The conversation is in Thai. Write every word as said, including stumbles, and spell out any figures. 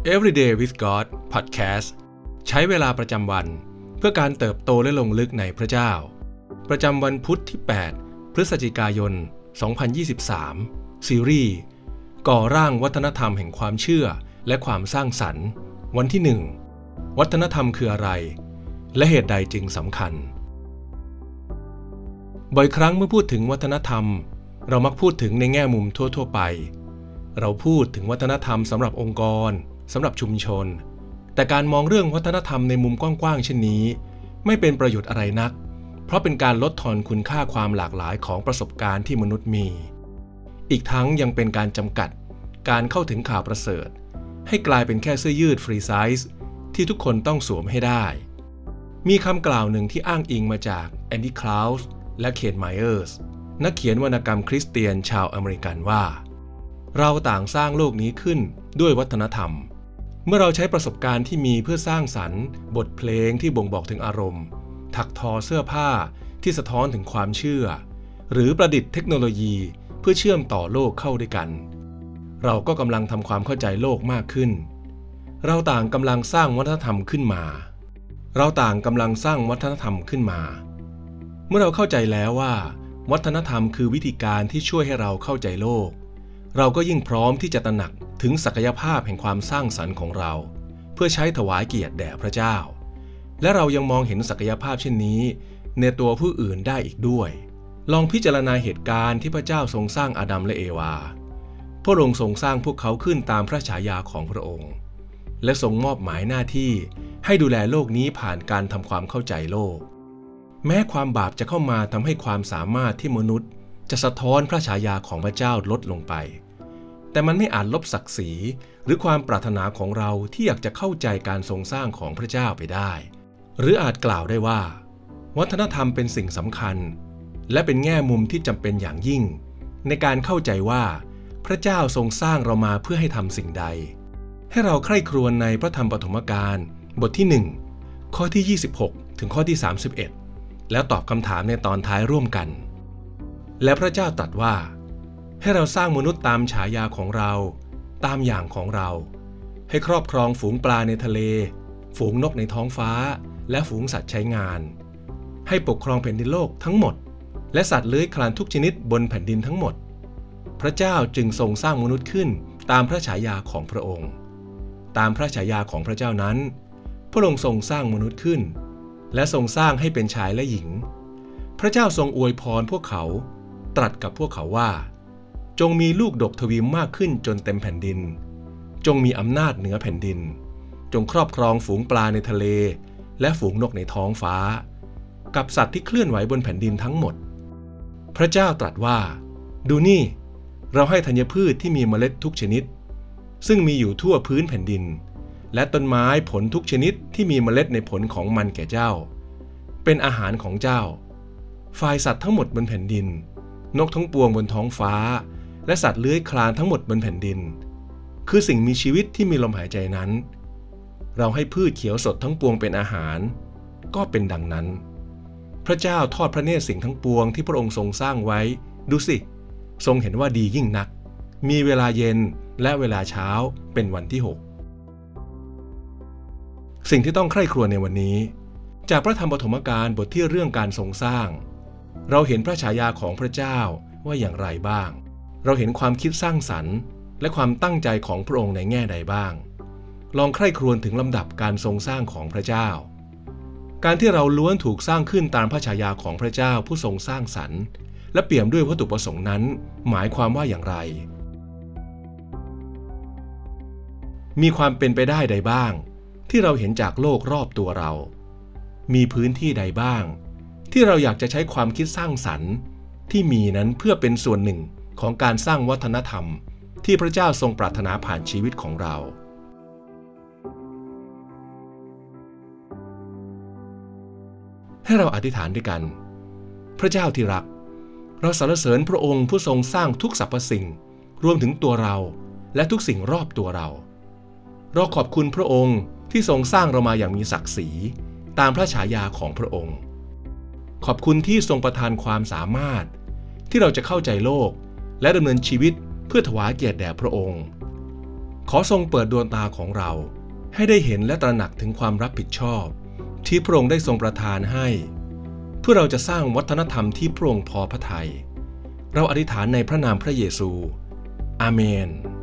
Everyday with God Podcast ใช้เวลาประจำวันเพื่อการเติบโตและลงลึกในพระเจ้าประจำวันพุธที่แปดพฤศจิกายนสองพันยี่สิบสามซีรีส์ก่อร่างวัฒนธรรมแห่งความเชื่อและความสร้างสรรค์วันที่หนึ่งวัฒนธรรมคืออะไรและเหตุใดจึงสำคัญบ่อยครั้งเมื่อพูดถึงวัฒนธรรมเรามักพูดถึงในแง่มุมทั่วๆไปเราพูดถึงวัฒนธรรมสำหรับองค์กรสำหรับชุมชนแต่การมองเรื่องวัฒนธรรมในมุมกว้างๆเช่นนี้ไม่เป็นประโยชน์อะไรนักเพราะเป็นการลดทอนคุณค่าความหลากหลายของประสบการณ์ที่มนุษย์มีอีกทั้งยังเป็นการจำกัดการเข้าถึงข่าวประเสริฐให้กลายเป็นแค่เสื้อยืดฟรีไซส์ที่ทุกคนต้องสวมให้ได้มีคำกล่าวหนึ่งที่อ้างอิงมาจากแอนดี้คลาวส์และเคนไมเออร์สนักเขียนวรรณกรรมคริสเตียนชาวอเมริกันว่าเราต่างสร้างโลกนี้ขึ้นด้วยวัฒนธรรมเมื่อเราใช้ประสบการณ์ที่มีเพื่อสร้างสรรค์บทเพลงที่บ่งบอกถึงอารมณ์ถักทอเสื้อผ้าที่สะท้อนถึงความเชื่อหรือประดิษฐ์เทคโนโลยีเพื่อเชื่อมต่อโลกเข้าด้วยกันเราก็กำลังทำความเข้าใจโลกมากขึ้นเราต่างกำลังสร้างวัฒนธรรมขึ้นมาเราต่างกำลังสร้างวัฒนธรรมขึ้นมาเมื่อเราเข้าใจแล้วว่าวัฒนธรรมคือวิธีการที่ช่วยให้เราเข้าใจโลกเราก็ยิ่งพร้อมที่จะตระหนักถึงศักยภาพแห่งความสร้างสรรค์ของเราเพื่อใช้ถวายเกียรติแด่พระเจ้าและเรายังมองเห็นศักยภาพเช่นนี้ในตัวผู้อื่นได้อีกด้วยลองพิจารณาเหตุการณ์ที่พระเจ้าทรงสร้างอาดัมและเอวาพระองค์ทรงสร้างพวกเขาขึ้นตามพระฉายาของพระองค์และทรงมอบหมายหน้าที่ให้ดูแลโลกนี้ผ่านการทำความเข้าใจโลกแม้ความบาปจะเข้ามาทำให้ความสามารถที่มนุษย์จะสะท้อนพระฉายาของพระเจ้าลดลงไปแต่มันไม่อาจลบศักดิ์ศรีหรือความปรารถนาของเราที่อยากจะเข้าใจการทรงสร้างของพระเจ้าไปได้หรืออาจกล่าวได้ว่าวัฒนธรรมเป็นสิ่งสำคัญและเป็นแง่มุมที่จำเป็นอย่างยิ่งในการเข้าใจว่าพระเจ้าทรงสร้างเรามาเพื่อให้ทำสิ่งใดให้เราใคร่ครวญในพระธรรมปฐมกาลบทที่หนึ่งข้อที่ยี่สิบหกถึงข้อที่สามสิบเอ็ดแล้วตอบคำถามในตอนท้ายร่วมกันและพระเจ้าตรัสว่าให้เราสร้างมนุษย์ตามฉายาของเราตามอย่างของเราให้ครอบครองฝูงปลาในทะเลฝูงนกในท้องฟ้าและฝูงสัตว์ใช้งานให้ปกครองแผ่นดินโลกทั้งหมดและสัตว์เลื้อยคลานทุกชนิดบนแผ่นดินทั้งหมดพระเจ้าจึงทรงสร้างมนุษย์ขึ้นตามพระฉายาของพระองค์ตามพระฉายาของพระเจ้านั้นพระองค์ทรงสร้างมนุษย์ขึ้นและทรงสร้างให้เป็นชายและหญิงพระเจ้าทรงอวยพรพวกเขาตรัสกับพวกเขาว่าจงมีลูกดกทวีมากขึ้นจนเต็มแผ่นดินจงมีอำนาจเหนือแผ่นดินจงครอบครองฝูงปลาในทะเลและฝูงนกในท้องฟ้ากับสัตว์ที่เคลื่อนไหวบนแผ่นดินทั้งหมดพระเจ้าตรัสว่าดูนี่เราให้ธัญพืชที่มีเมล็ดทุกชนิดซึ่งมีอยู่ทั่วพื้นแผ่นดินและต้นไม้ผลทุกชนิดที่มีเมล็ดในผลของมันแก่เจ้าเป็นอาหารของเจ้าฝ่ายสัตว์ทั้งหมดบนแผ่นดินนกทั้งปวงบนท้องฟ้าและสัตว์เลื้อยคลานทั้งหมดบนแผ่นดินคือสิ่งมีชีวิตที่มีลมหายใจนั้นเราให้พืชเขียวสดทั้งปวงเป็นอาหารก็เป็นดังนั้นพระเจ้าทอดพระเนตรสิ่งทั้งปวงที่พระองค์ทรงสร้างไว้ดูสิทรงเห็นว่าดียิ่งนักมีเวลาเย็นและเวลาเช้าเป็นวันที่หกสิ่งที่ต้องใคร่ครวญในวันนี้จากพระธรรมปฐมกาลบทที่เรื่องการทรงสร้างเราเห็นพระฉายาของพระเจ้าว่าอย่างไรบ้างเราเห็นความคิดสร้างสรรค์และความตั้งใจของพระองค์ในแง่ใดบ้างลองใคร่ครวญถึงลำดับการทรงสร้างของพระเจ้าการที่เราล้วนถูกสร้างขึ้นตามพระฉายาของพระเจ้าผู้ทรงสร้างสรรค์และเปี่ยมด้วยวัตถุประสงค์นั้นหมายความว่าอย่างไรมีความเป็นไปได้ใดบ้างที่เราเห็นจากโลกรอบตัวเรามีพื้นที่ใดบ้างที่เราอยากจะใช้ความคิดสร้างสรรค์ที่มีนั้นเพื่อเป็นส่วนหนึ่งของการสร้างวัฒนธรรมที่พระเจ้าทรงปรารถนาผ่านชีวิตของเราให้เราอธิษฐานด้วยกันพระเจ้าที่รักเราสรรเสริญพระองค์ผู้ทรงสร้างทุกสรรพสิ่งรวมถึงตัวเราและทุกสิ่งรอบตัวเราเราขอบคุณพระองค์ที่ทรงสร้างเรามาอย่างมีศักดิ์ศรีตามพระฉายาของพระองค์ขอบคุณที่ทรงประทานความสามารถที่เราจะเข้าใจโลกและดำเนินชีวิตเพื่อถวายเกียรติแด่พระองค์ขอทรงเปิดดวงตาของเราให้ได้เห็นและตระหนักถึงความรับผิดชอบที่พระองค์ได้ทรงประทานให้เพื่อเราจะสร้างวัฒนธรรมที่พระองค์พอพระทัยเราอธิษฐานในพระนามพระเยซูอาเมน